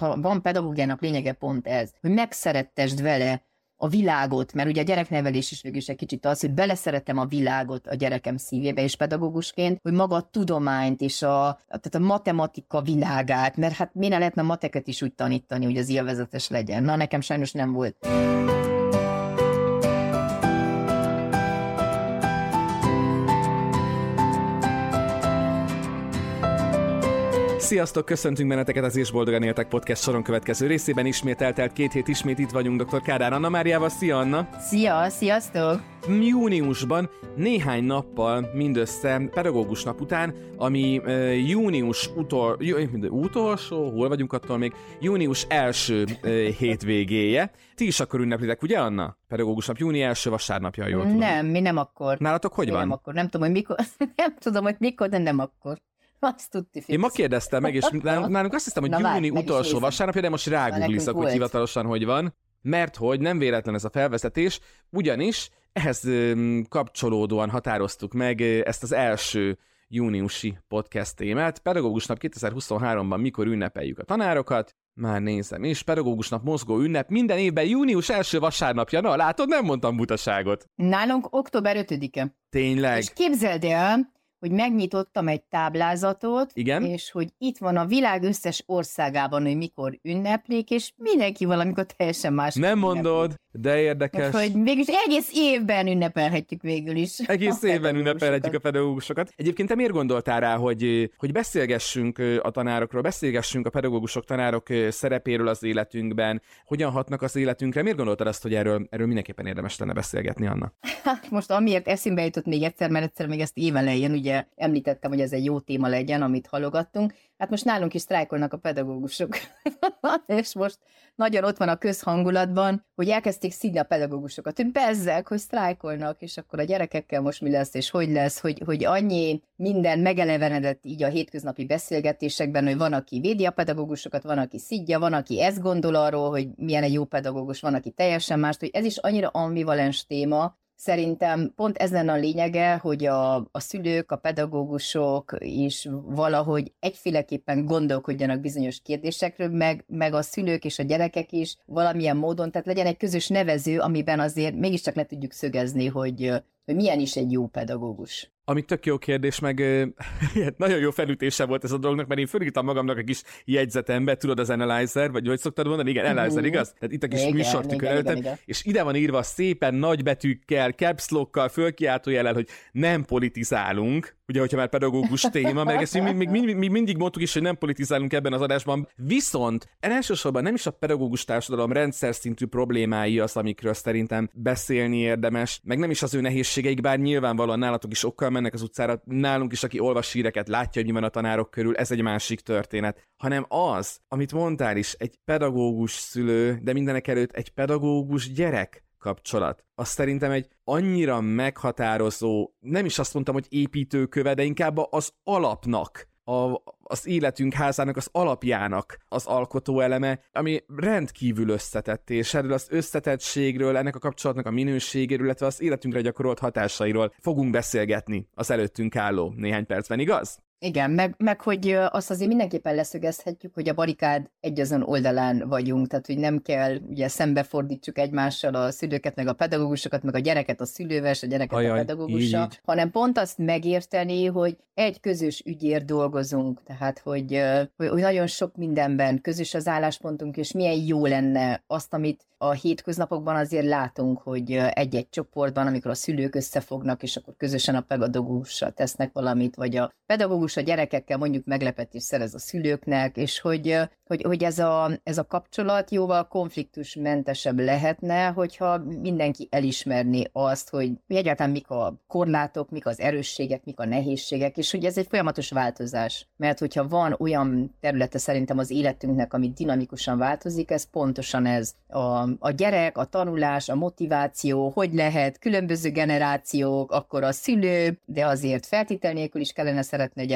ha van pedagógiának lényege pont ez, hogy megszerettesd vele a világot, mert ugye a gyereknevelés is végül is egy kicsit az, hogy beleszeretem a világot a gyerekem szívébe, és pedagógusként, hogy maga a tudományt és tehát a matematika világát, mert hát miért ne lehetne a mateket is úgy tanítani, hogy az élvezetes legyen. Na, nekem sajnos nem volt. Sziasztok, köszöntünk benneteket az És Boldogan Éltek podcast soron következő részében. Ismét eltelt 2 hét, ismét itt vagyunk dr. Kádár Anna Máriával. Szia, Anna! Szia, sziasztok! Júniusban néhány nappal mindössze pedagógus nap után, ami június utolsó, hol vagyunk attól még, június első hétvégéje. Ti is akkor ünneplitek, ugye, Anna? Pedagógus nap, júni első vasárnapja, jól tudom. Nem, mi nem akkor. Nálatok hogy van? Nem akkor, nem tudom, hogy mikor, de nem akkor. Én ma kérdeztem meg, és nálunk azt hiszem, hogy júni utolsó vasárnapja, de most rágooglizok, hogy hivatalosan hogy van, mert hogy nem véletlen ez a felvezetés, ugyanis ehhez kapcsolódóan határoztuk meg ezt az első júniusi podcast témát. Pedagógusnap 2023-ban mikor ünnepeljük a tanárokat? Már nézem is, pedagógusnap mozgó ünnep minden évben június első vasárnapja. Na, látod, nem mondtam butaságot. Nálunk október 5-e. Tényleg? És képzeld el, hogy megnyitottam egy táblázatot, igen? És hogy itt van a világ összes országában, hogy mikor ünneplik, és mindenki valamikor teljesen más. Nem mondod, de érdekes. Mert, hogy végülis egész évben ünnepelhetjük végül is. Egész évben ünnepelhetjük a pedagógusokat. Egyébként te miért gondoltál rá, hogy beszélgessünk a tanárokról, beszélgessünk a pedagógusok, tanárok szerepéről az életünkben, hogyan hatnak az életünkre? Miért gondoltad azt, hogy erről mindenképpen érdemes lenne beszélgetni, Anna? Hát most amiért eszembe jutott még egyszer, mert egyszer még ezt évelején ugye említettem, hogy ez egy jó téma legyen, amit halogattunk. Hát most nálunk is sztrájkolnak a pedagógusok. És most nagyon ott van a közhangulatban, hogy elkezdték szidni a pedagógusokat, hogy bezzeg, hogy sztrájkolnak, és akkor a gyerekekkel most mi lesz, és hogy lesz, hogy annyi minden megelevenedett így a hétköznapi beszélgetésekben, hogy van, aki védi a pedagógusokat, van, aki szidja, van, aki ezt gondol arról, hogy milyen egy jó pedagógus, van, aki teljesen mást, hogy ez is annyira ambivalens téma. Szerintem pont ez lenne a lényege, hogy a szülők, a pedagógusok is valahogy egyféleképpen gondolkodjanak bizonyos kérdésekről, meg a szülők és a gyerekek is valamilyen módon, tehát legyen egy közös nevező, amiben azért mégiscsak le tudjuk szögezni, hogy milyen is egy jó pedagógus. Ami tök jó kérdés, meg nagyon jó felütése volt ez a dolognak, mert én fölírtam magamnak egy kis jegyzetembe, tudod, az Analyzer, vagy hogy szoktad mondani? Igen, Analyzer, igaz? Tehát itt a kis műsortükön előttem, és ide van írva szépen nagybetűkkel, caps lockkal, fölkiáltójellel, hogy nem politizálunk, ugye, hogyha már pedagógus téma, meg ezt mi mindig mondtuk is, hogy nem politizálunk ebben az adásban, viszont elsősorban nem is a pedagógus társadalom rendszer szintű problémái az, amikről szerintem beszélni érdemes, meg nem is az ő nehézségeik, bár nyilvánvalóan nálatok is okkal mennek az utcára, nálunk is, aki olvas híreket, látja, hogy mi van a tanárok körül, ez egy másik történet, hanem az, amit mondtál is, egy pedagógus szülő, de mindenek előtt egy pedagógus gyerek kapcsolat. Az szerintem egy annyira meghatározó, nem is azt mondtam, hogy építőköve, de inkább az alapnak, az életünk házának, az alapjának az alkotó eleme, ami rendkívül összetett, és erről az összetettségről, ennek a kapcsolatnak a minőségéről, illetve az életünkre gyakorolt hatásairól fogunk beszélgetni az előttünk álló néhány percben, igaz? Igen, meg hogy azt azért mindenképpen leszögezhetjük, hogy a barikád egyazon oldalán vagyunk, tehát hogy nem kell, ugye szembefordítsuk egymással a szülőket, meg a pedagógusokat, meg a gyereket a szülővel, és a gyereket a pedagógussal, hanem pont azt megérteni, hogy egy közös ügyért dolgozunk, tehát hogy nagyon sok mindenben közös az álláspontunk, és milyen jó lenne azt, amit a hétköznapokban azért látunk, hogy egy-egy csoportban, amikor a szülők összefognak, és akkor közösen a pedagógussal tesznek valamit, vagy a pedagógus a gyerekekkel mondjuk meglepetést szerez a szülőknek, és hogy ez a kapcsolat jóval konfliktusmentesebb lehetne, hogyha mindenki elismerné azt, hogy egyáltalán mik a korlátok, mik az erősségek, mik a nehézségek, és hogy ez egy folyamatos változás. Mert hogyha van olyan területe szerintem az életünknek, ami dinamikusan változik, ez pontosan ez. A gyerek, a tanulás, a motiváció, hogy lehet különböző generációk, akkor a szülő, de azért feltétel nélkül is kellene szeretni a gyerek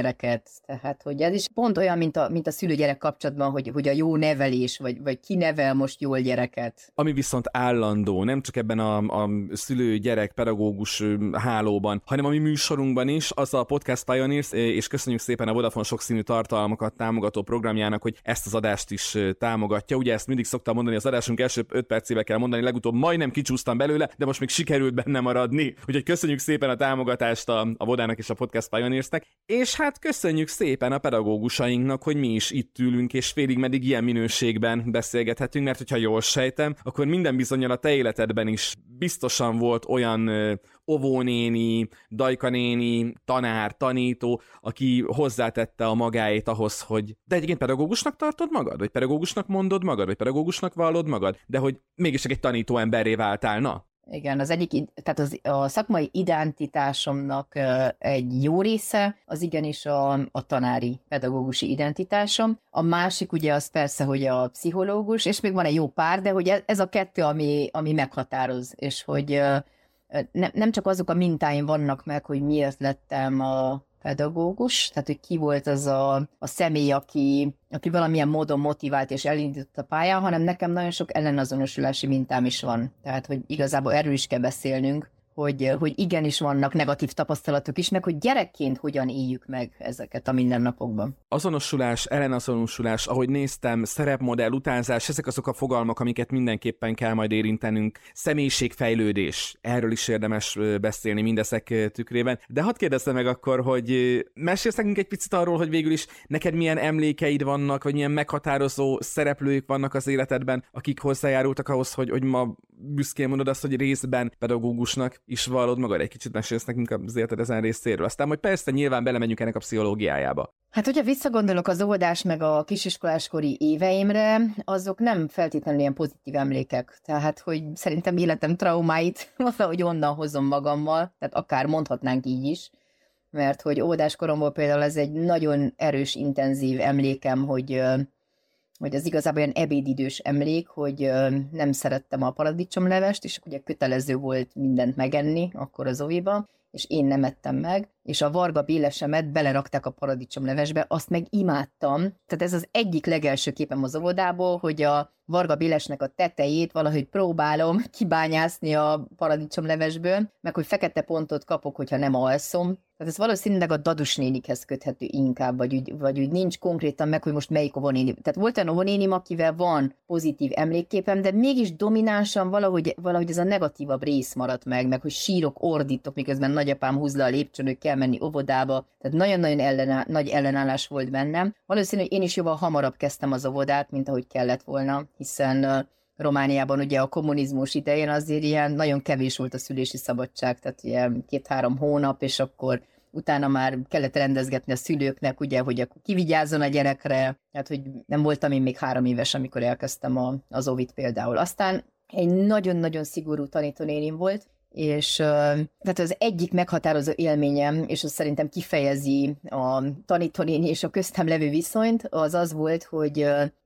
gyereket. Tehát, hogy ez is pont olyan, mint a szülő-gyerek kapcsolatban, hogy a jó nevelés, vagy ki nevel most jól gyereket. Ami viszont állandó, nem csak ebben a szülő-gyerek pedagógus hálóban, hanem a mi műsorunkban is, az a Podcast Pioneers, és köszönjük szépen a Vodafone sokszínű tartalmakat támogató programjának, hogy ezt az adást is támogatja. Ugye ezt mindig szoktam mondani, az adásunk első 5 percébe kell mondani, legutóbb majdnem kicsúsztam belőle, de most még sikerült benne maradni. Úgyhogy köszönjük szépen a támogatást a Vodának és a Podcast Pioneersnek, és hát köszönjük szépen a pedagógusainknak, hogy mi is itt ülünk, és félig meddig ilyen minőségben beszélgethetünk, mert hogyha jól sejtem, akkor minden bizonnyal a te életedben is biztosan volt olyan óvónéni, dajkanéni, tanár, tanító, aki hozzátette a magáét ahhoz, hogy de egyébként pedagógusnak tartod magad? Vagy pedagógusnak mondod magad? Vagy pedagógusnak vallod magad? De hogy mégis egy tanító emberré váltál, na? Igen, tehát a szakmai identitásomnak egy jó része, az igenis a tanári, pedagógusi identitásom. A másik ugye az persze, hogy a pszichológus, és még van egy jó pár, de hogy ez a kettő, ami meghatároz, és hogy nem csak azok a mintáim vannak meg, hogy miért lettem a pedagógus, tehát hogy ki volt az a személy, aki valamilyen módon motivált és elindított a pályán, hanem nekem nagyon sok ellenazonosulási mintám is van. Tehát, hogy igazából erről is kell beszélnünk, hogy igenis vannak negatív tapasztalatok is, meg hogy gyerekként hogyan éljük meg ezeket a mindennapokban. Azonosulás, ellenazonosulás, ahogy néztem, szerepmodell, utánzás, ezek azok a fogalmak, amiket mindenképpen kell majd érintenünk. Személyiségfejlődés, erről is érdemes beszélni mindezek tükrében. De hadd kérdezzem meg akkor, hogy mesélsz nekünk egy picit arról, hogy végül is neked milyen emlékeid vannak, vagy milyen meghatározó szereplők vannak az életedben, akik hozzájárultak ahhoz, hogy ma büszkén mondod azt, hogy részben pedagógusnak is vallod magad, egy kicsit mesélsz nekünk az életed ezen részéről. Aztán majd persze nyilván belemegyünk ennek a pszichológiájába. Hát, hogyha visszagondolok az óvodás meg a kisiskoláskori éveimre, azok nem feltétlenül ilyen pozitív emlékek. Tehát, hogy szerintem életem traumáit valahogy onnan hozom magammal, tehát akár mondhatnánk így is, mert hogy óvodáskoromból például ez egy nagyon erős, intenzív emlékem, hogy az igazából olyan ebédidős emlék, hogy nem szerettem a paradicsomlevest, és ugye kötelező volt mindent megenni akkor az óviba, és én nem ettem meg, és a Varga Bélesemet belerakták a paradicsomlevesbe, azt meg imádtam. Tehát ez az egyik legelső képem az óvodából, hogy a Varga Bélesnek a tetejét valahogy próbálom kibányászni a paradicsomlevesből, meg hogy fekete pontot kapok, hogyha nem alszom. Tehát ez valószínűleg a Dadus nénikhez köthető inkább, vagy úgy nincs konkrétan meg, hogy most melyik óvónéni. Tehát volt olyan óvónénim, akivel van pozitív emlékképem, de mégis dominánsan valahogy ez a negatívabb rész maradt meg hogy sírok, ordítok, miközben nagyapám húz le a lépcsőn, hogy kell menni óvodába. Tehát nagyon-nagyon nagy ellenállás volt bennem. Valószínű, hogy én is jóval hamarabb kezdtem az óvodát, mint ahogy kellett volna, hiszen Romániában ugye a kommunizmus idején azért ilyen nagyon kevés volt a szülési szabadság, tehát ilyen 2-3 hónap, és akkor utána már kellett rendezgetni a szülőknek, ugye, hogy akkor kivigyázzon a gyerekre, tehát hogy nem voltam én még 3 éves, amikor elkezdtem az óvit például. Aztán egy nagyon-nagyon szigorú tanítónénim volt, és tehát az egyik meghatározó élményem, és az szerintem kifejezi a tanítónéni és a köztem levő viszonyt, az volt, hogy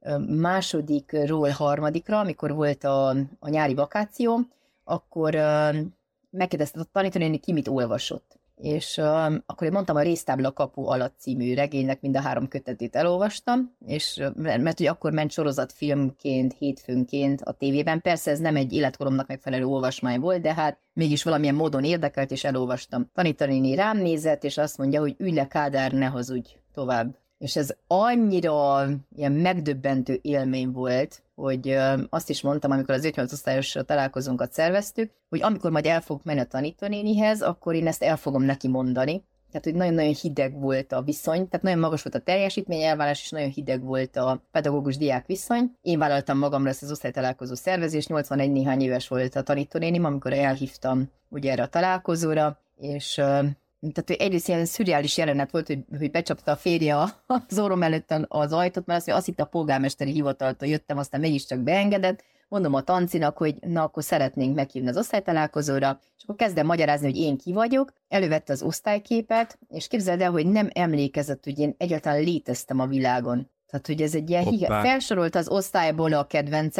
másodikról harmadikra, amikor volt a nyári vakáció, akkor megkérdezte a tanítónéni, ki mit olvasott. És akkor én mondtam, a Résztábla kapu alatt című regénynek mind a 3 kötetét elolvastam, és mert ugye akkor ment sorozatfilmként, hétfőnként a tévében. Persze ez nem egy életkoromnak megfelelő olvasmány volt, de hát mégis valamilyen módon érdekelt, és elolvastam. Tanítónéni rám nézett, és azt mondja, hogy ülj le, Kádár, ne hazudj tovább. És ez annyira ilyen megdöbbentő élmény volt, hogy azt is mondtam, amikor az 5-8 osztályos találkozónkat szerveztük, hogy amikor majd el fogok menni a tanítónénihez, akkor én ezt el fogom neki mondani. Tehát, hogy nagyon-nagyon hideg volt a viszony, tehát nagyon magas volt a teljesítmény elvárás, és nagyon hideg volt a pedagógus-diák viszony. Én vállaltam magamra ezt az osztálytalálkozó szervezést, 81 néhány éves volt a tanítónénim, amikor elhívtam ugye erre a találkozóra, és tehát egyrészt ilyen szürreális jelenet volt, hogy becsapta a férje az orrom előtt az ajtót, mert azt hitte a polgármesteri hivataltól jöttem, aztán mégiscsak beengedett. Mondom a tancinak, hogy na, akkor szeretnénk meghívni az osztálytalálkozóra, és akkor kezdem magyarázni, hogy én ki vagyok, elővette az osztályképet, és képzeld el, hogy nem emlékezett, hogy én egyáltalán léteztem a világon. Tehát, hogy ez egy ilyen felsorolta az osztályból a kedvenceket,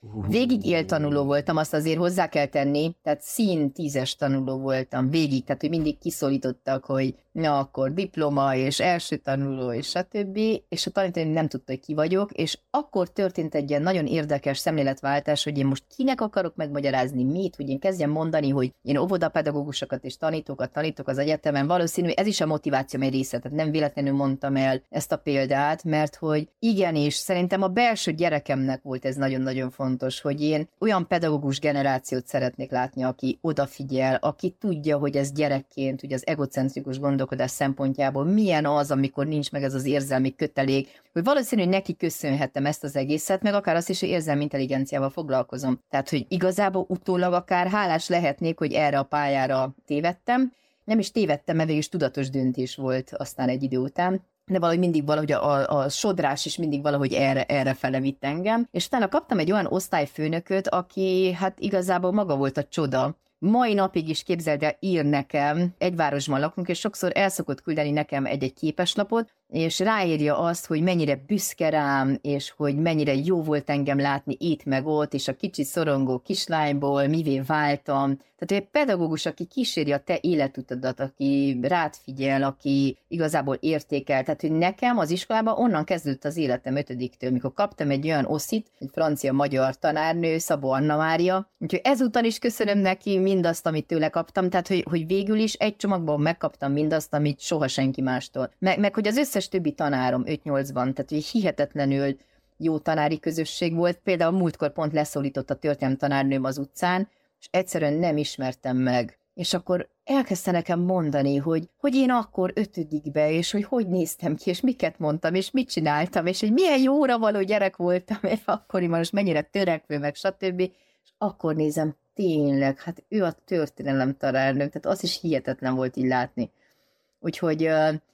Végig éltanuló voltam, azt azért hozzá kell tenni, tehát szín 10-es tanuló voltam végig, tehát hogy mindig kiszólítottak, hogy na akkor diploma, és első tanuló, és stb. És a tanítóim nem tudta, hogy ki vagyok, és akkor történt egy ilyen nagyon érdekes szemléletváltás, hogy én most kinek akarok megmagyarázni mit, hogy én kezdjem mondani, hogy én óvodapedagógusokat és tanítókat tanítok az egyetemen. Valószínű, ez is a motivációm egy része, tehát nem véletlenül mondtam el ezt a példát, mert hogy igenis, szerintem a belső gyerekemnek volt ez nagyon-nagyon fontos, hogy én olyan pedagógus generációt szeretnék látni, aki odafigyel, aki tudja, hogy ez gyerekként, ugye az egocentrikus gondolkodás szempontjából milyen az, amikor nincs meg ez az érzelmi kötelék, hogy valószínű, hogy neki köszönhetem ezt az egészet, meg akár azt is, hogy érzelmi intelligenciával foglalkozom. Tehát, hogy igazából utólag akár hálás lehetnék, hogy erre a pályára tévedtem. Nem is tévedtem, mert végül is tudatos döntés volt aztán egy idő után, de valahogy a sodrás is mindig valahogy erre fele vitt engem. És utána kaptam egy olyan osztályfőnököt, aki hát igazából maga volt a csoda. Mai napig is, képzeld el, ír nekem, egy városban lakunk, és sokszor el szokott küldeni nekem egy képeslapot, és ráírja azt, hogy mennyire büszke rám, és hogy mennyire jó volt engem látni itt meg ott, és a kicsi szorongó kislányból mivé váltam. Tehát egy pedagógus, aki kíséri a te életutadat, aki rád figyel, aki igazából értékel. Tehát, hogy nekem az iskolában onnan kezdődött az életem 5-től, mikor kaptam egy olyan oszit, egy francia-magyar tanárnő, Szabó Anna Mária. Úgyhogy ezúttal is köszönöm neki mindazt, amit tőle kaptam, tehát, hogy végül is egy csomagban megkaptam mindazt, amit soha senki mástól. Meg hogy az összes többi tanárom 5-8-ban, tehát hogy hihetetlenül jó tanári közösség volt. Például múltkor pont leszólított a történelem tanárnőm az utcán, és egyszerűen nem ismertem meg. És akkor elkezdte nekem mondani, hogy én akkor 5-be, és hogy néztem ki, és miket mondtam, és mit csináltam, és hogy milyen jóra való gyerek voltam, és akkoriban most mennyire törekvő, meg stb. És akkor nézem, tényleg, hát ő a történelem tanárnőm, tehát az is hihetetlen volt így látni. Úgyhogy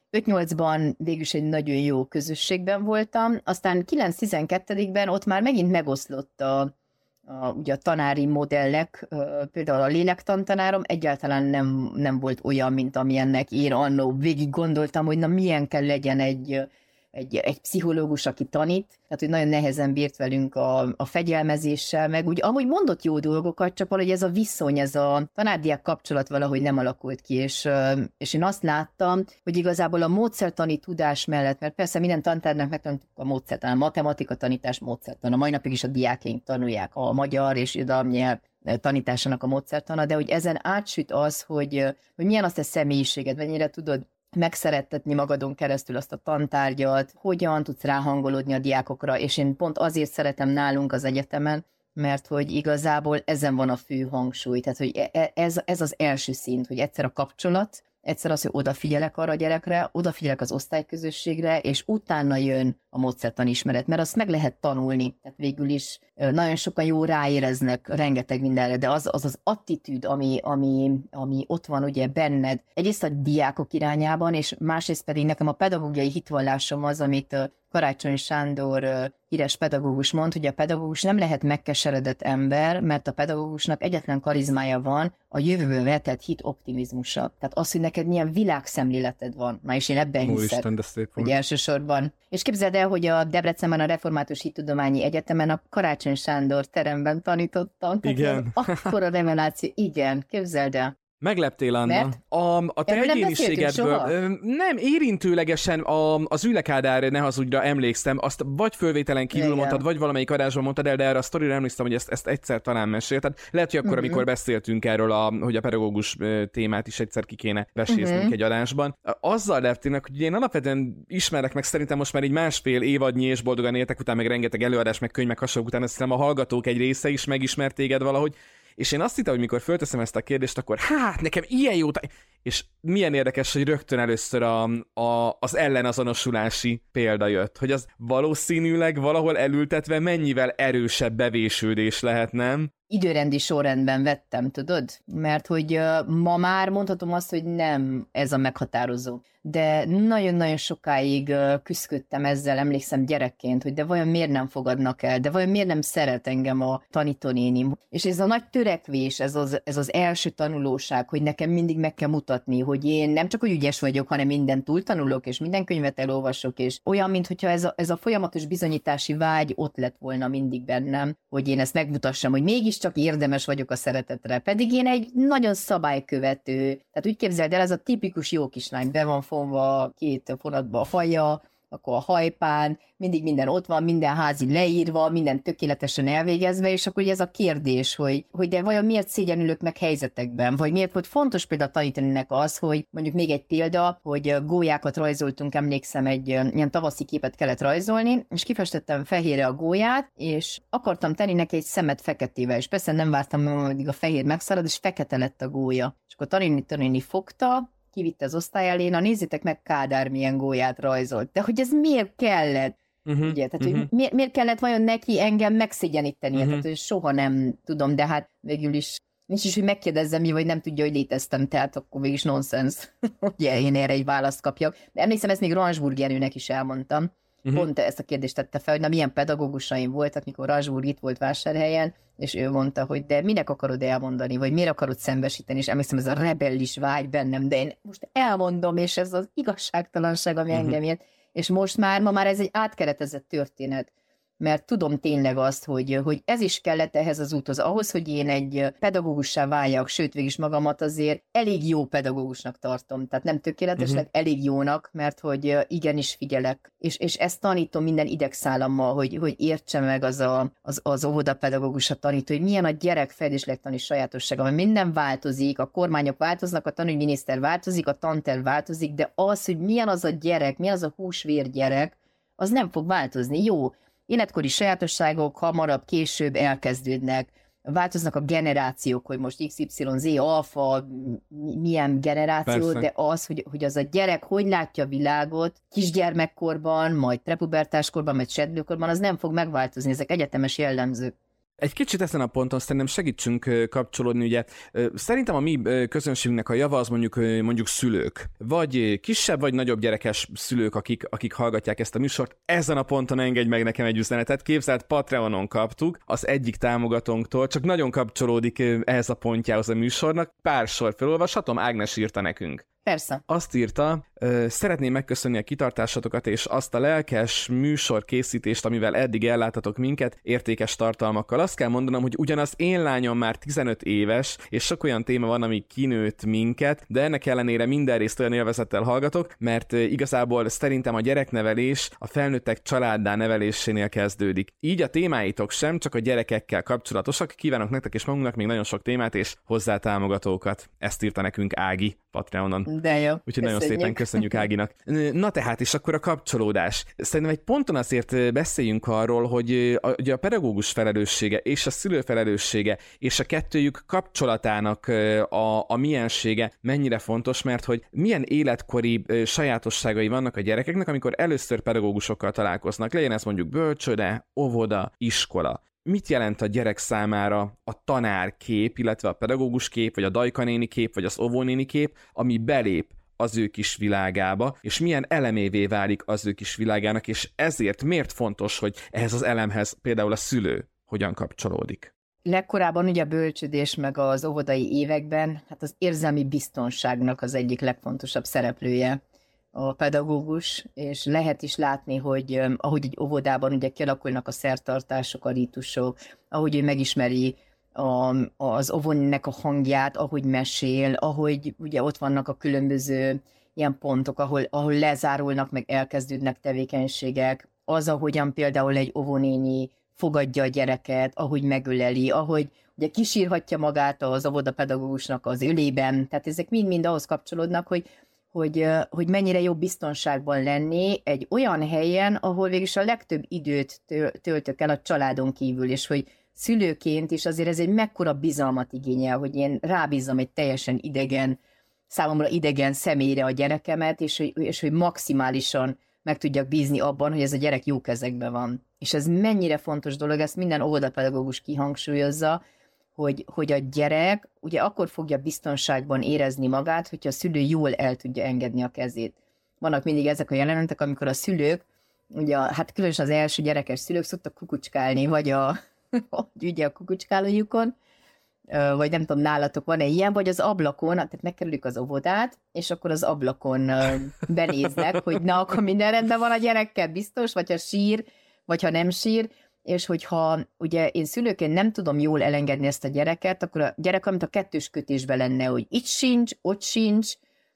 5-8-ban végülis egy nagyon jó közösségben voltam, aztán 9-12-ben ott már megint megoszlott ugye a tanári modellek, például a lélektantanárom egyáltalán nem volt olyan, mint amilyennek én annó végig gondoltam, hogy na milyen kell legyen egy pszichológus, aki tanít, tehát hogy nagyon nehezen bírt velünk a fegyelmezéssel, meg úgy amúgy mondott jó dolgokat, csak valahogy ez a viszony, ez a tanárdiák kapcsolat valahogy nem alakult ki, és én azt láttam, hogy igazából a módszertani tudás mellett, mert persze minden tantárnak megtanultuk a módszertan, a matematika tanítás módszertan, a mai napig is a diákjaink tanulják a magyar és irodalmi nyelv tanításának a módszertana, de hogy ezen átsüt az, hogy milyen azt a személyiséged, mennyire tudod megszerettetni magadon keresztül azt a tantárgyat, hogyan tudsz ráhangolódni a diákokra, és én pont azért szeretem nálunk az egyetemen, mert hogy igazából ezen van a fő hangsúly, tehát hogy ez az első szint, hogy egyszer a kapcsolat, egyszer az, hogy odafigyelek arra a gyerekre, odafigyelek az osztályközösségre, és utána jön a módszertan ismeret, mert azt meg lehet tanulni. Tehát végül is nagyon sokan jó ráéreznek rengeteg mindenre, de az attitűd, ami ott van ugye benned, egyrészt a diákok irányában, és másrészt pedig nekem a pedagógiai hitvallásom az, amit Karácsony Sándor híres pedagógus mond, hogy a pedagógus nem lehet megkeseredett ember, mert a pedagógusnak egyetlen karizmája van, a jövőből vetett hit optimizmusa. Tehát az, hogy neked milyen világszemléleted van. Na és én ebben hiszek, hogy elsősorban. És képzeld el, hogy a Debrecenben a Református Hittudományi Egyetemen a Karácsony Sándor teremben tanítottam. Igen. Akkora reveláció. Igen, képzeld el. Megleptél, Anna. A te egyéniségedből nem érintőlegesen az Ülekádár ne hazudjra emlékszem, azt vagy fölvételen kívül mondtad, vagy valamelyik adásban mondtad el, de erre a sztorira emlékszem, hogy ezt egyszer talán mesélted. Lehet, hogy akkor, amikor beszéltünk erről, hogy a pedagógus témát is egyszer ki kéne veséznünk egy adásban. Azzal leptének, hogy én alapvetően ismerek meg, szerintem most már így másfél évadnyi és boldogan éltek után, meg rengeteg előadás, meg könyv, meg hasonlók után, azt hiszem a hallgatók egy része is megismert téged valahogy. És én azt hittem, hogy mikor fölteszem ezt a kérdést, akkor hát nekem ilyen jó... És milyen érdekes, hogy rögtön először az ellenazonosulási példa jött, hogy az valószínűleg valahol elültetve mennyivel erősebb bevésődés lehet, nem? időrendi sorrendben vettem, tudod? Mert hogy ma már mondhatom azt, hogy nem ez a meghatározó. De nagyon-nagyon sokáig küszködtem ezzel, emlékszem gyerekként, hogy de vajon miért nem fogadnak el, de vajon miért nem szeret engem a tanítónéni. És ez a nagy törekvés, ez az első tanulóság, hogy nekem mindig meg kell mutatni, hogy én nem csak, hogy ügyes vagyok, hanem mindent túltanulok, és minden könyvet elolvasok, és olyan, mintha ez a folyamatos bizonyítási vágy ott lett volna mindig bennem, hogy én ezt megmutassam, hogy mégiscsak érdemes vagyok a szeretetre. Pedig én egy nagyon szabálykövető, tehát úgy képzeld el, ez a tipikus jó kislány, be van fonva két fonatba a haja, akkor a hajpán, mindig minden ott van, minden házi leírva, minden tökéletesen elvégezve, és akkor ugye ez a kérdés, hogy de vajon miért szégyenülök meg helyzetekben, vagy miért volt fontos például tanítaninek az, hogy mondjuk még egy példa, hogy gólyákat rajzoltunk, emlékszem, egy ilyen tavaszi képet kellett rajzolni, és kifestettem fehérre a gólyát, és akartam tenni neki egy szemet feketével, és persze nem vártam, amíg a fehér megszalad, és fekete lett a gólya. És akkor tanítani fogta, kivitte az osztály elé, na nézzétek meg, Kádár milyen gólyát rajzolt. De hogy ez miért kellett? Ugye, tehát, hogy miért kellett vajon neki engem megszégyeníteni? Tehát, hogy soha nem tudom, de hát végül is nincs is, hogy megkérdezzem mi, vagy nem tudja, hogy léteztem, tehát akkor végig is nonsens. Ugye, én erre egy választ kapjak. De emlékszem, ezt még Ransburg Jenőnek is elmondtam. Pont ezt a kérdést tette fel, hogy na milyen pedagógusaim voltak, mikor Ransburg itt volt Vásárhelyen, és ő mondta, hogy de minek akarod elmondani, vagy miért akarod szembesíteni, és emlékszem, ez a rebellis vágy bennem, de én most elmondom, és ez az igazságtalanság, ami engem ért, és ma már ez egy átkeretezett történet, mert tudom tényleg azt, hogy ez is kellett ehhez az úthoz, ahhoz, hogy én egy pedagógussá váljak, sőt, végig is magamat azért elég jó pedagógusnak tartom, tehát nem tökéletesnek, elég jónak, mert hogy igenis figyelek, és ezt tanítom minden idegszálammal, hogy értse meg az óvodapedagógus, a tanító, hogy milyen a gyerek fejlődéslektani sajátossága, mert minden változik, a kormányok változnak, a tanügyminiszter változik, a tanterv változik, de az, hogy milyen az a gyerek, milyen az a húsvér gyerek, az nem fog változni. Jó, életkori sajátosságok hamarabb, később elkezdődnek, változnak a generációk, hogy most XYZ, alfa, milyen generáció, persze. De az, hogy az a gyerek hogy látja a világot kisgyermekkorban, majd prepubertáskorban, majd serdülőkorban, az nem fog megváltozni, ezek egyetemes jellemzők. Egy kicsit ezen a ponton szerintem segítsünk kapcsolódni, ugye szerintem a mi közönségünknek a java az mondjuk szülők, vagy kisebb, vagy nagyobb gyerekes szülők, akik hallgatják ezt a műsort. Ezen a ponton engedj meg nekem egy üzenetet, képzeld, Patreonon kaptuk, az egyik támogatónktól, csak nagyon kapcsolódik ehhez a pontjához a műsornak, pár sor felolvashatom, Ágnes írta nekünk. Persze. Azt írta, szeretném megköszönni a kitartásatokat és azt a lelkes műsorkészítést, amivel eddig ellátatok minket értékes tartalmakkal. Azt kell mondanom, hogy ugyanaz én lányom már 15 éves, és sok olyan téma van, ami kinőtt minket, de ennek ellenére minden részt olyan élvezettel hallgatok, mert igazából szerintem a gyereknevelés a felnőttek családdá nevelésénél kezdődik. Így a témáitok sem csak a gyerekekkel kapcsolatosak, kívánok nektek és magunknak még nagyon sok témát és hozzátámogatókat. Ezt írta nekünk Ági Patreonon. De jó. Úgyhogy nagyon szépen köszönjük Áginak. Na tehát, és akkor a kapcsolódás. Szerintem egy ponton azért beszéljünk arról, hogy a pedagógus felelőssége és a szülő felelőssége és a kettőjük kapcsolatának a miensége mennyire fontos, mert hogy milyen életkori sajátosságai vannak a gyerekeknek, amikor először pedagógusokkal találkoznak. Legyen ez mondjuk bölcsőde, óvoda, iskola. Mit jelent a gyerek számára a tanár kép, illetve a pedagógus kép, vagy a dajkanéni kép, vagy az óvónéni kép, ami belép az ő kis világába, és milyen elemévé válik az ő kis világának, és ezért miért fontos, hogy ehhez az elemhez például a szülő hogyan kapcsolódik? Legkorábban ugye a bölcsödés meg az óvodai években, hát az érzelmi biztonságnak az egyik legfontosabb szereplője a pedagógus, és lehet is látni, hogy ahogy egy óvodában ugye kialakulnak a szertartások, a rítusok, ahogy ő megismeri az óvónének a hangját, ahogy mesél, ahogy ugye ott vannak a különböző ilyen pontok, ahol lezárulnak, meg elkezdődnek tevékenységek, az, ahogyan például egy óvónéni fogadja a gyereket, ahogy megöleli, ahogy ugye kisírhatja magát az óvodapedagógusnak az ölében, tehát ezek mind-mind ahhoz kapcsolódnak, hogy mennyire jobb biztonságban lenni egy olyan helyen, ahol végülis a legtöbb időt töltök el a családon kívül, és hogy szülőként is azért ez egy mekkora bizalmat igényel, hogy én rábízzam egy teljesen számomra idegen személyre a gyerekemet, és hogy maximálisan meg tudjak bízni abban, hogy ez a gyerek jó kezekben van. És ez mennyire fontos dolog, ezt minden óvodapedagógus kihangsúlyozza, hogy a gyerek ugye akkor fogja biztonságban érezni magát, hogyha a szülő jól el tudja engedni a kezét. Vannak mindig ezek a jelenetek, amikor a szülők, ugye hát különösen az első gyerekes szülők szoktak kukucskálni, vagy ugye a kukucskálójukon, vagy nem tudom, nálatok van-e ilyen, vagy az ablakon, tehát megkerülik az óvodát, és akkor az ablakon benéznek, hogy na, akkor minden rendben van a gyerekkel, biztos, vagy ha sír, vagy ha nem sír, és hogyha ugye én szülőként nem tudom jól elengedni ezt a gyereket, akkor a gyerek, amit a kettős kötésben lenne, hogy itt sincs, ott sincs,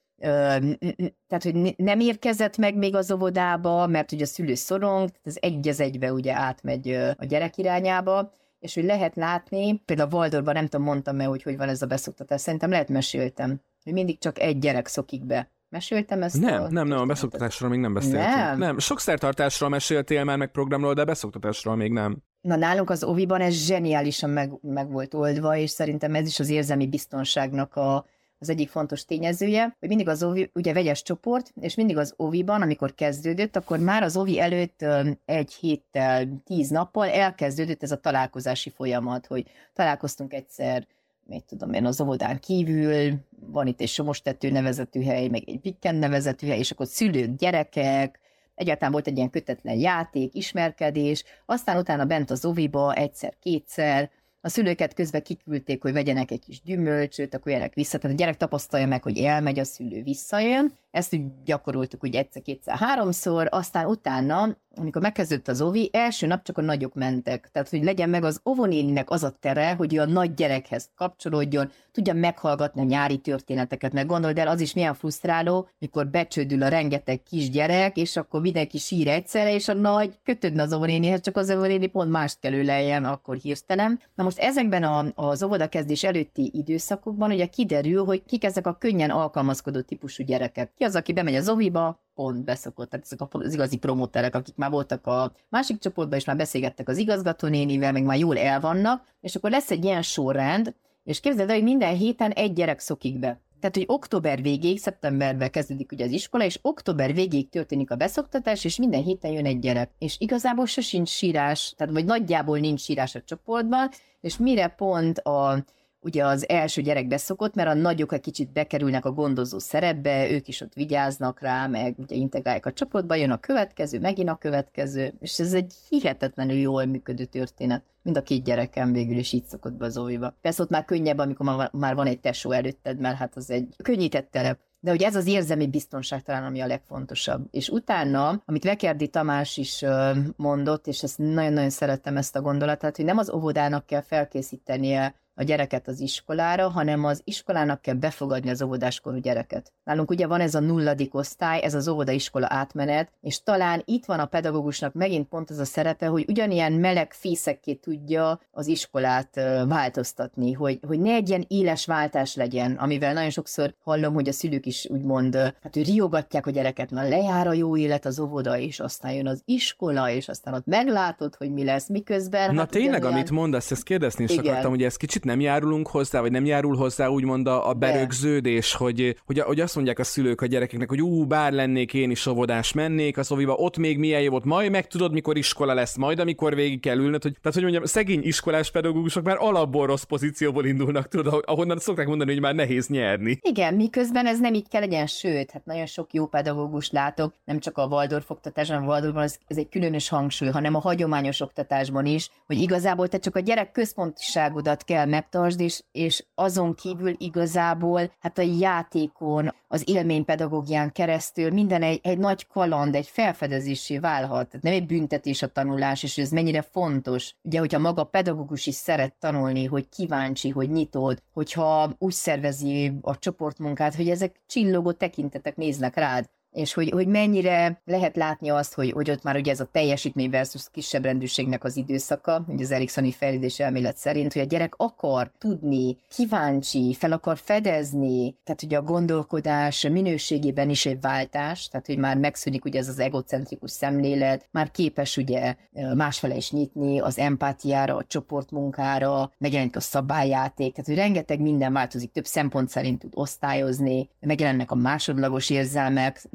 tehát, hogy nem érkezett meg még az óvodába, mert ugye a szülő szorong, ez egy az egybe ugye átmegy a gyerek irányába, és hogy lehet látni, például a Waldorfban nem tudom, mondtam-e, hogy van ez a beszoktatás, szerintem lehet meséltem, hogy mindig csak egy gyerek szokik be. Meséltem ezt? Nem, a beszoktatásról még nem beszéltünk. Nem, sok szertartásról meséltél már, meg programról, de beszoktatásról még nem. Na, nálunk az oviban ez zseniálisan meg volt oldva, és szerintem ez is az érzelmi biztonságnak az egyik fontos tényezője, hogy mindig az ovi, ugye vegyes csoport, és mindig az oviban, amikor kezdődött, akkor már az ovi előtt 1 héttel, 10 nappal elkezdődött ez a találkozási folyamat, hogy találkoztunk egyszer, mit tudom én, az óvodán kívül, van itt egy Somostető nevezetű hely, meg egy Pikken nevezetű hely, és akkor szülők, gyerekek, egyáltalán volt egy ilyen kötetlen játék, ismerkedés, aztán utána bent az oviba egyszer-kétszer, a szülőket közben kiküldték, hogy vegyenek egy kis gyümölcsöt, akkor jöjjenek vissza, tehát a gyerek tapasztalja meg, hogy elmegy, a szülő visszajön. Ezt úgy gyakoroltuk úgy egyszer-kétszer, 3-szor, aztán utána, amikor megkezdődött az ovi, első nap csak a nagyok mentek. Tehát, hogy legyen meg az óvónéninek az a tere, hogy ő a nagy gyerekhez kapcsolódjon, tudja meghallgatni a nyári történeteket, meg gondold el, az is milyen frusztráló, mikor becsődül a rengeteg kisgyerek, és akkor mindenki sír egyszerre, és a nagy kötődne az óvónénihez, csak az óvónéni pont mást kell ő lejjen, akkor hirtelen. Na most ezekben az óvodakezdés előtti időszakokban ugye kiderül, hogy kik ezek a könnyen alkalmazkodó típusú gyerekek. Ki az, aki bemegy az oviba, pont beszokott, tehát ezek az igazi promóterek, akik már voltak a másik csoportban, és már beszélgettek az igazgatónénivel, meg már jól el vannak, és akkor lesz egy ilyen sorrend, és képzeld el, hogy minden héten egy gyerek szokik be. Tehát, hogy október végéig, szeptemberben kezdődik ugye az iskola, és október végéig történik a beszoktatás, és minden héten jön egy gyerek. És igazából sincs sírás, tehát vagy nagyjából nincs sírás a csoportban, és mire pont ugye az első gyerek beszokott, mert a nagyok egy kicsit bekerülnek a gondozó szerepbe, ők is ott vigyáznak rá, meg ugye integrálják a csoportba, jön a következő, megint a következő, és ez egy hihetetlenül jól működő történet. Mind a 2 gyerekem végül is így szokott be az óviba. Persze ott már könnyebb, amikor már van egy tesó előtted, mert hát az egy könnyített terep. De hogy ez az érzelmi biztonság talán, ami a legfontosabb. És utána, amit Vekerdi Tamás is mondott, és ezt nagyon-nagyon szerettem ezt a gondolatát, hogy nem az óvodának kell felkészítenie a gyereket az iskolára, hanem az iskolának kell befogadni az óvodáskorú gyereket. Nálunk ugye van ez a 0. osztály, ez az óvodaiskola átmenet, és talán itt van a pedagógusnak megint pont az a szerepe, hogy ugyanilyen meleg fészekké tudja az iskolát változtatni, hogy ne egy ilyen éles váltás legyen, amivel nagyon sokszor hallom, hogy a szülők is úgymond, hát hogy riogatják a gyereket, na lejár a jó élet az óvoda, és aztán jön az iskola, és aztán ott meglátod, hogy mi lesz, miközben. Na hát tényleg, ugyanilyen... amit mondasz, ezt kérdezni is akartam, hogy ez kicsit nem járulunk hozzá, vagy nem járul hozzá úgymond a berögződés, hogy azt mondják a szülők a gyerekeknek, hogy bár lennék én is óvodás, mennék az óviba, ott még milyen jó volt, majd megtudod, mikor iskola lesz, majd amikor végig kell ülnöd, tehát hogy mondjam, szegény iskolás pedagógusok már alapból rossz pozícióból indulnak, tudod, ahonnan szokták mondani, hogy már nehéz nyerni. Igen, miközben ez nem így kell legyen, sőt, hát nagyon sok jó pedagógus látok, nem csak a Waldorf oktatásban, a Waldorfban ez egy különös hangsúly, hanem a hagyományos oktatásban is, hogy igazából te csak a gyerek központiságodat kell megtartsd, és azon kívül igazából hát a játékon, az élménypedagógián keresztül minden egy nagy kaland, egy felfedezésé válhat. Tehát nem egy büntetés a tanulás, és ez mennyire fontos. Ugye, hogyha maga a pedagógus is szeret tanulni, hogy kíváncsi, hogy nyitod, hogyha úgy szervezi a csoportmunkát, hogy ezek csillogó tekintetek néznek rád, és hogy mennyire lehet látni azt, hogy ott már ugye ez a teljesítmény versus kisebb rendűségnek az időszaka, ugye az Eriksoni fejlődés elmélet szerint, hogy a gyerek akar tudni, kíváncsi, fel akar fedezni, tehát ugye a gondolkodás minőségében is egy váltás, tehát hogy már megszűnik ugye ez az egocentrikus szemlélet, már képes ugye másfele is nyitni az empátiára, a csoportmunkára, megjelenik a szabályjáték, tehát hogy rengeteg minden változik, több szempont szerint tud osztályozni, megjelennek a másodlagos érzelmek,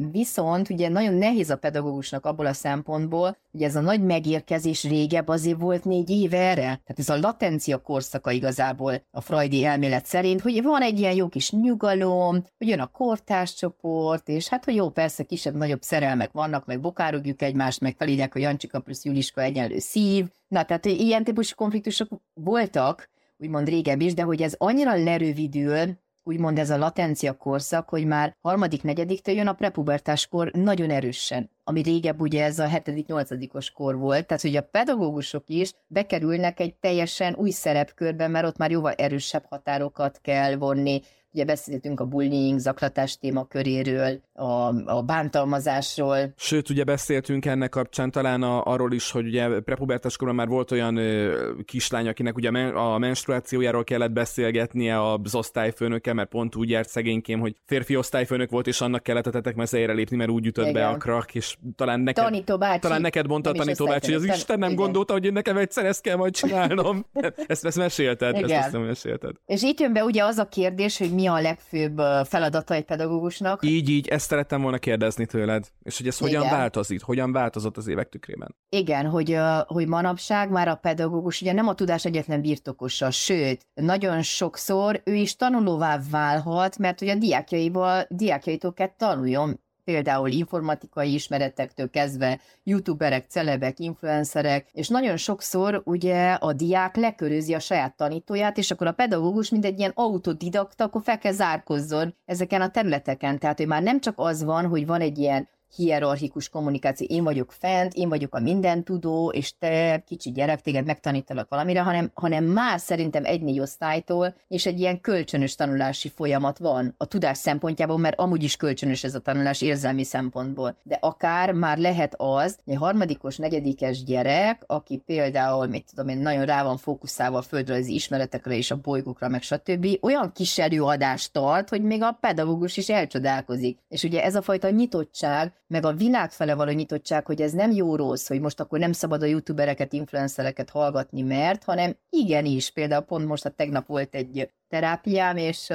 Viszont ugye nagyon nehéz a pedagógusnak abból a szempontból, hogy ez a nagy megérkezés régebb azért volt 4 éve erre. Tehát ez a latencia korszaka igazából a freudi elmélet szerint, hogy van egy ilyen jó kis nyugalom, hogy jön a kortárscsoport, és hát, hogy jó, persze kisebb-nagyobb szerelmek vannak, meg bokárogjuk egymást, meg felírják, hogy Jancsika plusz Juliska egyenlő szív. Na, tehát ilyen típusú konfliktusok voltak, úgymond régebb is, de hogy ez annyira lerövidül, úgymond ez a latencia korszak, hogy már 3.-4. jön a prepubertáskor nagyon erősen, ami régebb ugye ez a 7.-8. kor volt, tehát hogy a pedagógusok is bekerülnek egy teljesen új szerepkörbe, mert ott már jóval erősebb határokat kell vonni. Ugye beszéltünk a bullying, zaklatás témaköréről, a bántalmazásról. Sőt, ugye beszéltünk ennek kapcsán talán arról is, hogy ugye prepubertáskorban már volt olyan kislány, akinek ugye a menstruációjáról kellett beszélgetnie az osztályfőnökkel, mert pont úgy járt szegénykém, hogy férfi osztályfőnök volt, és annak kellett a tetek mezejére lépni, mert úgy ütött be a krak, és talán neked mondta a tanító bácsi, hogy az Isten nem gondolta, hogy én nekem egyszer ezt kell majd csinálnom. Ezt mesélted, ezt hiszem, mesélted. És itt jön be ugye az a kérdés, hogy mi a legfőbb feladata egy pedagógusnak. Így, ezt szerettem volna kérdezni tőled. És hogy ez hogyan változik? Hogyan változott az évek tükrében? Igen, hogy manapság már a pedagógus ugye nem a tudás egyetlen birtokosa, sőt, nagyon sokszor ő is tanulóvá válhat, mert ugye a diákjaitól kell tanuljon, például informatikai ismeretektől kezdve youtuberek, celebek, influencerek, és nagyon sokszor ugye a diák lekörözi a saját tanítóját, és akkor a pedagógus, mint egy ilyen autodidakta, akkor fel kell zárkozzon ezeken a területeken. Tehát, hogy már nem csak az van, hogy van egy ilyen hierarchikus kommunikáció, én vagyok fent, én vagyok a mindentudó, és te, kicsi gyerek, téged megtanítalak valamire, hanem már szerintem 1-4 osztálytól, és egy ilyen kölcsönös tanulási folyamat van a tudás szempontjából, mert amúgy is kölcsönös ez a tanulás érzelmi szempontból. De akár már lehet az, hogy egy 3-os, 4-es gyerek, aki például, mit tudom én, nagyon rá van fókuszálva a földrajzi ismeretekre és a bolygókra, meg stb., olyan kis előadást tart, hogy még a pedagógus is elcsodálkozik. És ugye ez a fajta nyitottság, meg a világ fele való nyitottság, hogy ez nem jó-rossz, hogy most akkor nem szabad a youtubereket, influencereket hallgatni, mert, hanem igenis, például pont most tegnap volt egy terápiám, és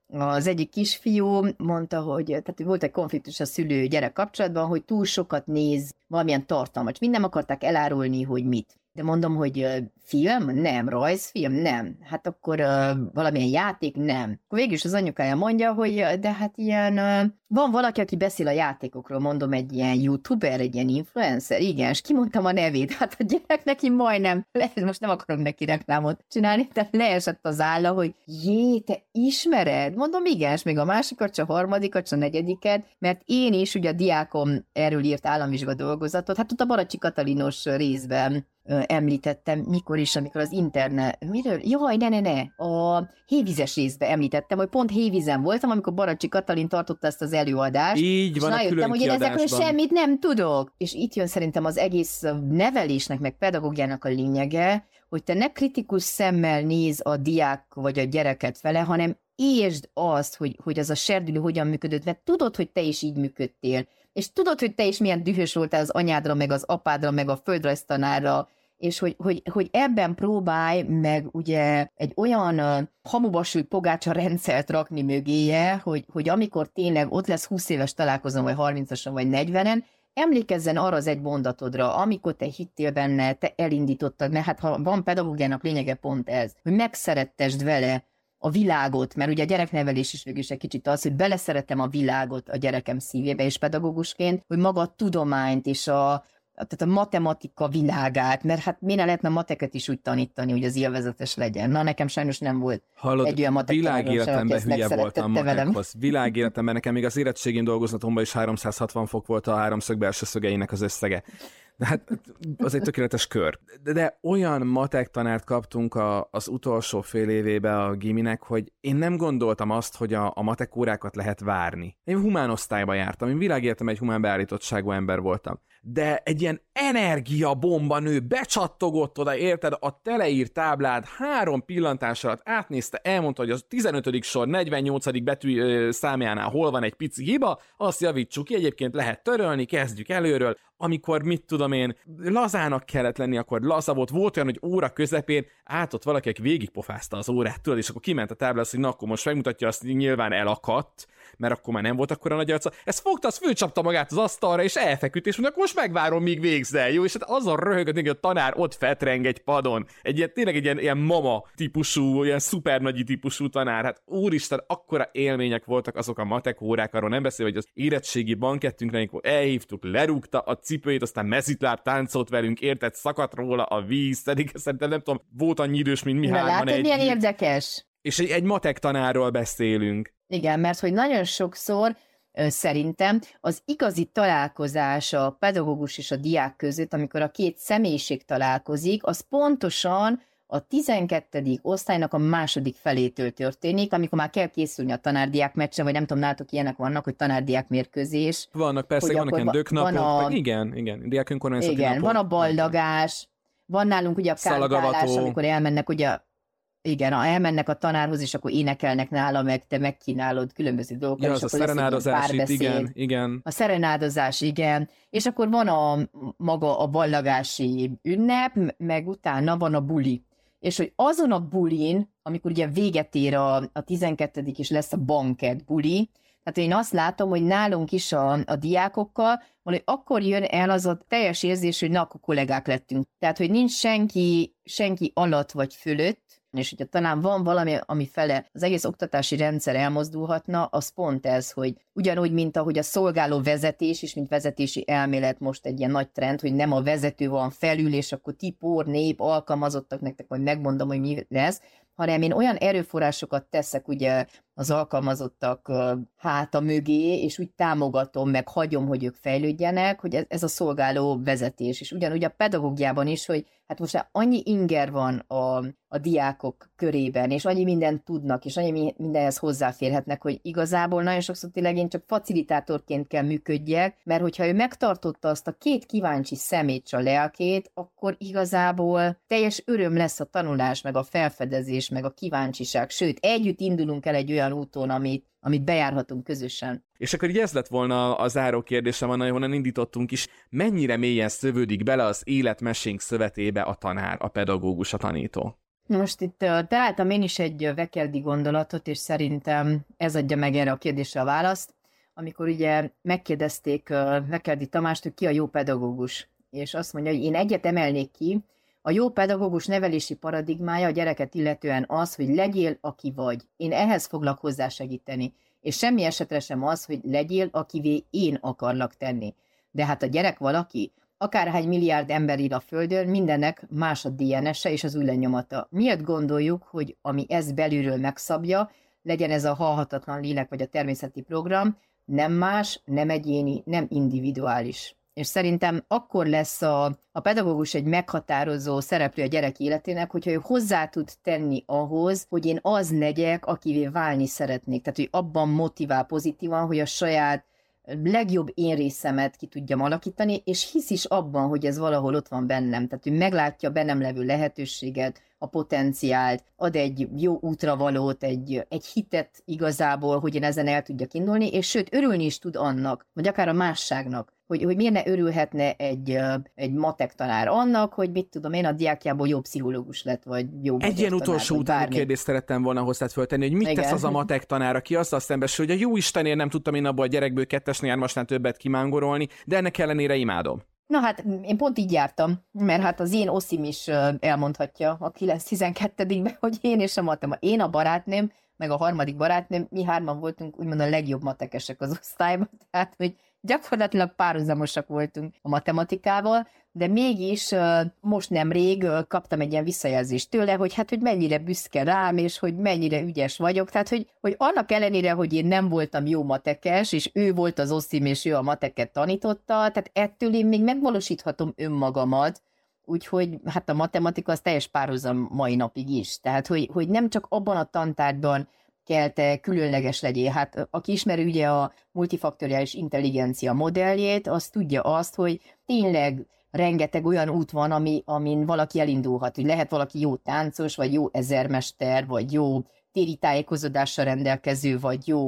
az egyik kisfiú mondta, hogy tehát volt egy konfliktus a szülő-gyerek kapcsolatban, hogy túl sokat néz valamilyen tartalmat. Mind nem akarták elárulni, hogy mit. De mondom, hogy film? Nem. Rajzfilm? Nem. Hát akkor valamilyen játék? Nem. Akkor végül is az anyukája mondja, hogy de hát ilyen, van valaki, aki beszél a játékokról, mondom, egy ilyen youtuber, egy ilyen influencer, igen, és kimondtam a nevét. Hát a gyerek neki majdnem, most nem akarok neki reklámot csinálni, de leesett az álla, hogy jé, te ismered? Mondom, igen, és még a másikat, csak a harmadikat, csak a 4., mert én is, ugye a diákom erről írt államvizsga dolgozatot, hát ott a Baracsi Katalinos részben említettem, mikor is, amikor az internet, miről? Jaj, ne, a hévizes részben említettem, hogy pont hévizen voltam, amikor Baracsi Katalin tartotta ezt az előadást. Így van, és rájöttem, hogy én ezekről semmit nem tudok. És itt jön szerintem az egész nevelésnek, meg pedagógiának a lényege, hogy te ne kritikus szemmel néz a diák vagy a gyereket vele, hanem értsd azt, hogy az a serdülő hogyan működött, mert tudod, hogy te is így működtél, és tudod, hogy te is milyen dühös voltál az anyádra, meg az apádra, meg a földrajztanárra, és hogy ebben próbálj meg ugye egy olyan hamuba sült pogácsa rendszert rakni mögéje, hogy amikor tényleg ott lesz 20 éves találkozom, vagy 30-ason, vagy 40-en, emlékezzen arra az egy mondatodra, amikor te hittél benne, te elindítottad, mert hát ha van pedagógiának lényege pont ez, hogy megszerettesd vele a világot, mert ugye a gyereknevelés is végül is egy kicsit az, hogy beleszeretem a világot a gyerekem szívébe, és pedagógusként, hogy maga a tudományt és tehát a matematika világát, mert hát miért ne lehetne a mateket is úgy tanítani, hogy az élvezetes legyen. Na, nekem sajnos nem volt egy olyan matek világéletemben hülye voltam matekhoz. Világéletemben nekem még az érettségén dolgozatomban is 360 fok volt a háromszög belső szögeinek az összege. De hát az egy tökéletes kör. De olyan matek tanárt kaptunk az utolsó fél évébe a giminek, hogy én nem gondoltam azt, hogy a matek órákat lehet várni. Én humán osztályba jártam, én világéletemben egy humán beállítottságú ember voltam. De egy ilyen energiabomba nő becsattogott oda, érted? A teleírt táblád 3 pillantás alatt átnézte, elmondta, hogy a 15. sor 48. betű számjánál hol van egy pici hiba, azt javítsuk ki, egyébként lehet törölni, kezdjük előről. amikor, mit tudom én, lazának kellett lenni, akkor laza volt olyan, hogy óra közepén ott valaki, aki végigpofázta az órát, tudod, és akkor kiment a táblához, hogy na, akkor most megmutatja, azt nyilván elakadt, mert akkor már nem volt akkora nagy arca. Ez fogta, az fölcsapta magát az asztalra, és elfeküdt, és mondja, most megvárom, míg végzel, jó? És hát azon röhögött, hogy a tanár ott fetreng egy padon. Tényleg egy ilyen mama típusú, ilyen szupernagy típusú tanár. Hát úristen, akkora élmények voltak azok a matek órák, arról nem beszél, hogy az érettségi bankettünkre, amikor elhívtuk, lerúgta a cipőjét, aztán mezitláb táncolt velünk, érted, szakadt róla a víz, szerintem nem tudom, volt annyi idős, mint mi hárman. Látod, milyen érdekes? És egy matek tanárról beszélünk. Igen, mert hogy nagyon sokszor szerintem az igazi találkozás a pedagógus és a diák között, amikor a két személyiség találkozik, az pontosan a 12. osztálynak a második felétől történik, amikor már kell készülni a tanárdiák meccsen, vagy nem tudom, nálatok ilyenek vannak, hogy tanárdiák mérkőzés. Vannak, persze, vannak ilyen döknapok, igen, diák önkormányzati napok. Van a ballagás, van nálunk ugye a kántálás, amikor elmennek ugye igen, elmennek a tanárhoz, és akkor énekelnek nála, meg te megkínálod különböző dolgokat. Ja, az a szerenádozás itt, igen. A szerenádozás, igen. És akkor van maga a ballagási ünnep, meg utána van a buli. És hogy azon a bulin, amikor ugye véget ér a 12. és lesz a banket buli, tehát én azt látom, hogy nálunk is a diákokkal, hogy akkor jön el az a teljes érzés, hogy na, akkor kollégák lettünk. Tehát, hogy nincs senki alatt vagy fölött, és hogyha talán van valami, ami fele az egész oktatási rendszer elmozdulhatna, az pont ez, hogy ugyanúgy, mint ahogy a szolgáló vezetés is, mint vezetési elmélet most egy ilyen nagy trend, hogy nem a vezető van felül, és akkor tipor, nép, alkalmazottak nektek, majd megmondom, hogy mi lesz, hanem én olyan erőforrásokat teszek ugye az alkalmazottak háta mögé, és úgy támogatom, meg hagyom, hogy ők fejlődjenek, hogy ez a szolgáló vezetés. És ugyanúgy a pedagógiában is, hogy hát most már annyi inger van a diákok körében, és annyi mindent tudnak, és annyi mindenhez hozzáférhetnek, hogy igazából nagyon sokszor tényleg én csak facilitátorként kell működjek, mert hogyha ő megtartotta azt a két kíváncsi szemét, a lelkét, akkor igazából teljes öröm lesz a tanulás, meg a felfedezés, meg a kíváncsiság, sőt, együtt indulunk el egy olyan úton, amit bejárhatunk közösen. És akkor így ez lett volna a záró kérdésem, ahonnan indítottunk is, mennyire mélyen szövődik bele az életmesénk szövetébe a tanár, a pedagógus, a tanító? Most itt találtam én is egy Vekerdi gondolatot, és szerintem ez adja meg erre a kérdésre a választ, amikor ugye megkérdezték Vekerdi Tamást, hogy ki a jó pedagógus, és azt mondja, hogy én egyet emelnék ki, a jó pedagógus nevelési paradigmája a gyereket illetően az, hogy legyél, aki vagy. Én ehhez foglak hozzásegíteni, és semmi esetre sem az, hogy legyél, akivé én akarlak tenni. De hát a gyerek valaki, akárhány milliárd ember ír a földön, mindennek más a DNS-e és az új lenyomata. Miért gondoljuk, hogy ami ezt belülről megszabja, legyen ez a halhatatlan lélek vagy a természeti program, nem más, nem egyéni, nem individuális. És szerintem akkor lesz a pedagógus egy meghatározó szereplő a gyerek életének, hogyha ő hozzá tud tenni ahhoz, hogy én az legyek, akivé válni szeretnék. Tehát, hogy abban motivál pozitívan, hogy a saját legjobb én részemet ki tudjam alakítani, és hisz is abban, hogy ez valahol ott van bennem. Tehát, hogy meglátja bennem levő lehetőséget, a potenciált, ad egy jó útravalót, egy hitet igazából, hogy én ezen el tudjak indulni, és sőt, örülni is tud annak, vagy akár a másságnak, hogy miért ne örülhetne egy matek tanár annak, hogy mit tudom én, a diákjából jó pszichológus lett, vagy jó egy ilyen utolsó utáni kérdést szerettem volna hozzád föltenni, hogy mit tesz az a matek tanár, aki azzal szembesül, hogy a jó Istenért nem tudtam én abból a gyerekből 2-esnél, 3-asnál többet kimángorolni, de ennek ellenére imádom. Na hát, én pont így jártam, mert hát az én oszim is elmondhatja a 9-12-ben, hogy én és a matematika. Én, a barátnőm, meg a harmadik barátnőm, mi hárman voltunk úgymond a legjobb matekesek az osztályban, tehát hogy gyakorlatilag párhuzamosak voltunk a matematikával, de mégis most nemrég kaptam egy ilyen visszajelzést tőle, hogy hát, hogy mennyire büszke rám, és hogy mennyire ügyes vagyok, tehát, hogy annak ellenére, hogy én nem voltam jó matekes, és ő volt az oszim, és ő a mateket tanította, tehát ettől én még megvalósíthatom önmagamat, úgyhogy hát a matematika az teljes párhuzam mai napig is, tehát, hogy nem csak abban a tantárgyban kell te különleges legyél. Hát aki ismeri ugye a multifaktoriális intelligencia modelljét, az tudja azt, hogy tényleg rengeteg olyan út van, amin valaki elindulhat, hogy lehet valaki jó táncos, vagy jó ezermester, vagy jó téri tájékozódással rendelkező, vagy jó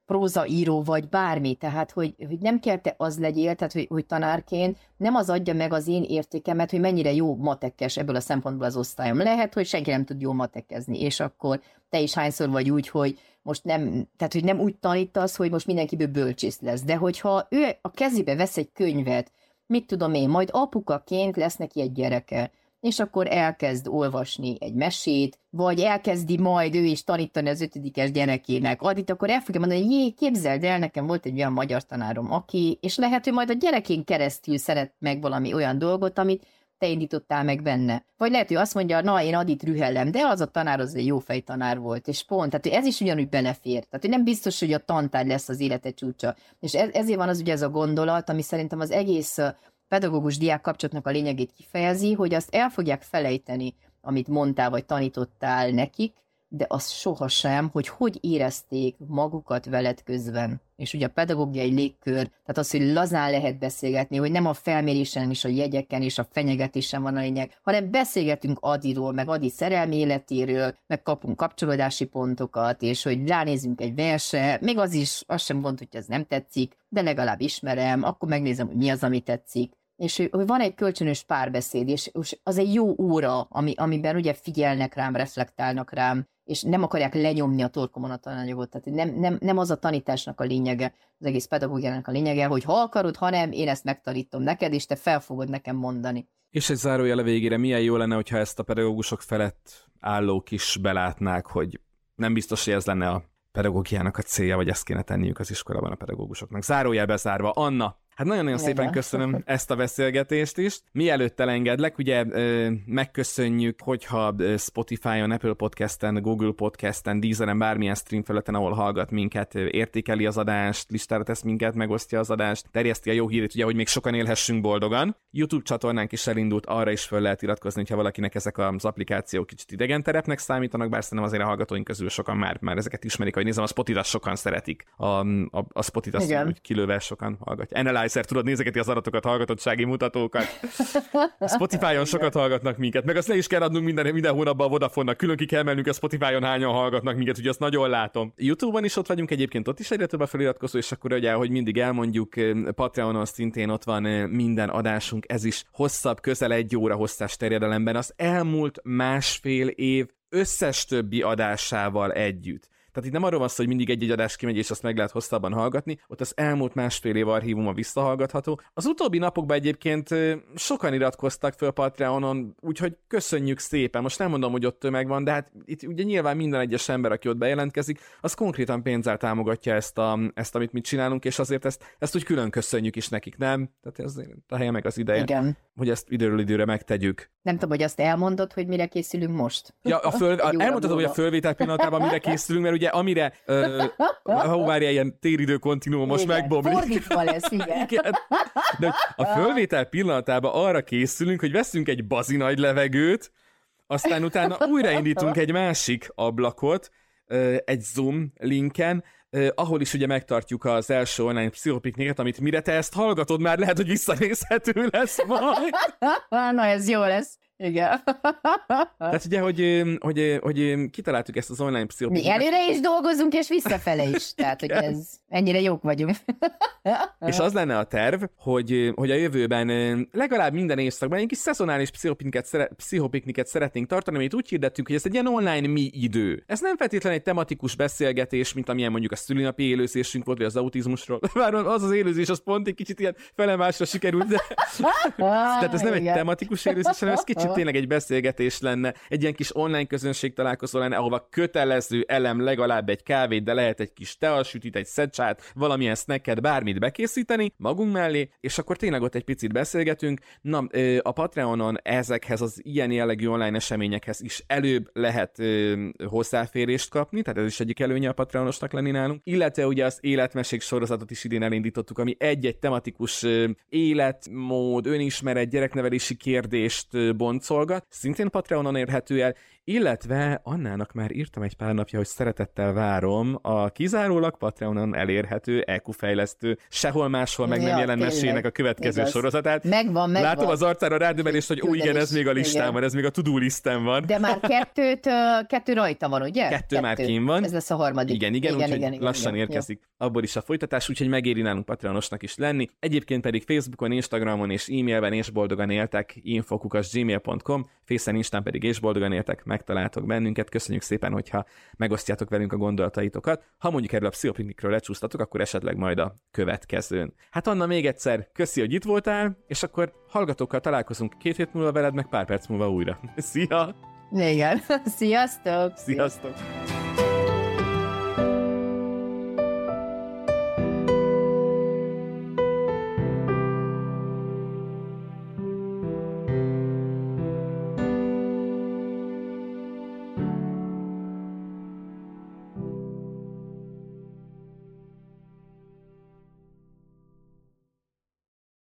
prózaíró vagy bármi, tehát hogy nem kell te az legyél, tehát hogy tanárként nem az adja meg az én értékemet, hogy mennyire jó matekkes ebből a szempontból az osztályom. Lehet, hogy senki nem tud jól matekezni, és akkor te is hányszor vagy úgy, hogy most nem, tehát hogy nem úgy tanítasz, hogy most mindenkiből bölcsész lesz, de hogyha ő a kezébe vesz egy könyvet, mit tudom én, majd apukaként lesz neki egy gyereke, és akkor elkezd olvasni egy mesét, vagy elkezdi majd ő is tanítani az 5. gyerekének addig, akkor el fogja mondani, hogy jé, képzeld el, nekem volt egy olyan magyar tanárom, aki, és lehet, hogy majd a gyerekén keresztül szeret meg valami olyan dolgot, amit te indítottál meg benne. Vagy lehet, hogy azt mondja, na, én Adit rühellem, de az a tanár az egy jó fejtanár volt, és pont, tehát ez is ugyanúgy belefér. Tehát hogy nem biztos, hogy a tantárgy lesz az élete csúcsa. És ezért van az ugye ez a gondolat, ami szerintem az egész pedagógus-diák kapcsolatnak a lényegét kifejezi, hogy azt el fogják felejteni, amit mondtál, vagy tanítottál nekik, de az sohasem, hogy érezték magukat veled közben. És ugye a pedagógiai légkör, tehát az, hogy lazán lehet beszélgetni, hogy nem a felmérésen és a jegyeken és a fenyegetésen van a lényeg, hanem beszélgetünk Adiról, meg Adi szerelmi életéről, meg kapunk kapcsolódási pontokat, és hogy ránézünk egy versre, még az sem gond, hogy ez nem tetszik, de legalább ismerem, akkor megnézem, hogy mi az, ami tetszik. És hogy van egy kölcsönös párbeszéd, és az egy jó óra, amiben ugye figyelnek rám, reflektálnak rám, és nem akarják lenyomni a torkomon a tananyagot. Tehát nem az a tanításnak a lényege, az egész pedagógiának a lényege, hogy ha akarod, ha nem, én ezt megtanítom neked, és te fel fogod nekem mondani. És egy zárójel a végére, milyen jó lenne, hogyha ezt a pedagógusok felett állók is belátnák, hogy nem biztos, hogy ez lenne a pedagógiának a célja, vagy ezt kéne tenniük az iskolában a pedagógusoknak. Zárójel bezárva. Anna, hát nagyon-nagyon szépen köszönöm ezt a beszélgetést is. Mielőtt elengedlek, ugye megköszönjük, hogyha Spotify-on, Apple Podcasten, Google Podcasten, Deezeren, bármilyen stream felületen, ahol hallgat minket, értékeli az adást, listára tesz minket, megosztja az adást, terjeszti a jó hírét, ugye, hogy még sokan élhessünk boldogan. YouTube csatornánk is elindult, arra is föl lehet iratkozni, hogyha valakinek ezek az applikációk kicsit idegen terepnek számítanak, bár szerintem azért a hallgatóink közül sokan már ezeket ismerik, hogy nézem, a Spotify-t sokan szeretik. A Spotify-t úgy kilőve sokan hallgatja. Analyzer, tudod, nézegeti az adatokat, hallgatottsági mutatókat. Spotify-on sokat hallgatnak minket, meg azt le is kell adnunk minden hónapban a Vodafone-nak, külön ki kell emelnünk a Spotify-on hányan hallgatnak minket, ugye azt nagyon látom. YouTube-on is ott vagyunk egyébként, ott is egyre több a feliratkozó, és akkor ugye, ahogy mindig elmondjuk, Patreonon szintén ott van minden adásunk, ez is hosszabb, közel 1 óra hosszás terjedelemben, az elmúlt 1,5 év összes többi adásával együtt. Tehát itt nem arról van szó, hogy mindig egy adás kimegy, és azt meg lehet hosszabban hallgatni, ott az elmúlt 1,5 év archívuma visszahallgatható. Az utóbbi napokban egyébként sokan iratkoztak föl Patreonon, úgyhogy köszönjük szépen. Most nem mondom, hogy ott tömeg van, de hát itt ugye nyilván minden egyes ember, aki ott bejelentkezik, az konkrétan pénzzel támogatja ezt, amit mi csinálunk, és azért ezt úgy külön köszönjük is nekik, nem? Tehát ez a helye meg az ideje, igen, hogy ezt időről időre megtegyük. Nem tudom, hogy azt elmondod, hogy mire készülünk most? Ja, elmondhatom, hogy a fölvétel pillanatában mire készülünk, mert ugye amire várjál, ilyen téridő kontinuum most megbomlik. Fordítva lesz, igen. De a fölvétel pillanatában arra készülünk, hogy veszünk egy bazi nagy levegőt, aztán utána újraindítunk egy másik ablakot, egy Zoom linken, ahol is ugye megtartjuk az első online pszichopikniket, amit mire te ezt hallgatod, már lehet, hogy visszanézhető lesz majd. Na, ez jó lesz. Igen. Tehát ugye, hogy kitaláltuk ezt az online pszichopikniket. Mi előre is dolgozunk, és visszafele is. Tehát, hogy ez ennyire jók vagyunk. És az lenne a terv, hogy a jövőben legalább minden évszakban egy kis szezonális pszichopikniket szeretnénk tartani, amit úgy hirdettünk, hogy ez egy ilyen online mi idő. Ez nem feltétlenül egy tematikus beszélgetés, mint amilyen mondjuk a szülinapi élőzésünk volt, vagy az autizmusról. Bár az élőzés, az pont egy kicsit ilyen felemásra sikerült, de tehát ez nem egy tematikus élőzés, hanem ez kicsit tényleg egy beszélgetés lenne, egy ilyen kis online közönség találkozó lenne, ahova kötelező elem legalább egy kávét, de lehet egy kis teasütit, egy szecsát, valamilyen snacket, bármit bekészíteni magunk mellé, és akkor tényleg ott egy picit beszélgetünk. Na, a Patreonon ezekhez az ilyen jellegű online eseményekhez is előbb lehet hozzáférést kapni, tehát ez is egyik előnye a Patreonosnak lenni nálunk, illetve ugye az életmesék sorozatot is idén elindítottuk, ami egy-egy tematikus életmód, önismeret, gyereknevelési kérdést boncolgat. Szintén Patreonon érhető el, illetve Annának már írtam egy pár napja, hogy szeretettel várom a kizárólag Patreonon elérhető EQ fejlesztő, sehol máshol meg nem jelent mesének a következő sorozatát. Megvan. Látom az arcára rádöbbenést, hogy igen, ez még a listán van, ez még a to-do listán van. De már kettő rajta van, ugye? Kettő már kín van. Ez lesz a harmadik. Igen, lassan érkezik abból is a folytatás, úgyhogy megéri nálunk Patreonosnak is lenni. Egyébként pedig Facebookon, Instagramon és e-mailben és boldogan éltek info@gmail.com, Facen, Instán pedig és boldogan éltek, megtaláltok bennünket. Köszönjük szépen, hogyha megosztjátok velünk a gondolataitokat. Ha mondjuk erről a pszichopiknikről lecsúsztatok, akkor esetleg majd a következőn. Hát Anna, még egyszer köszi, hogy itt voltál, és akkor hallgatókkal találkozunk 2 hét múlva veled, meg pár perc múlva újra. Szia! Igen. Sziasztok! Sziasztok!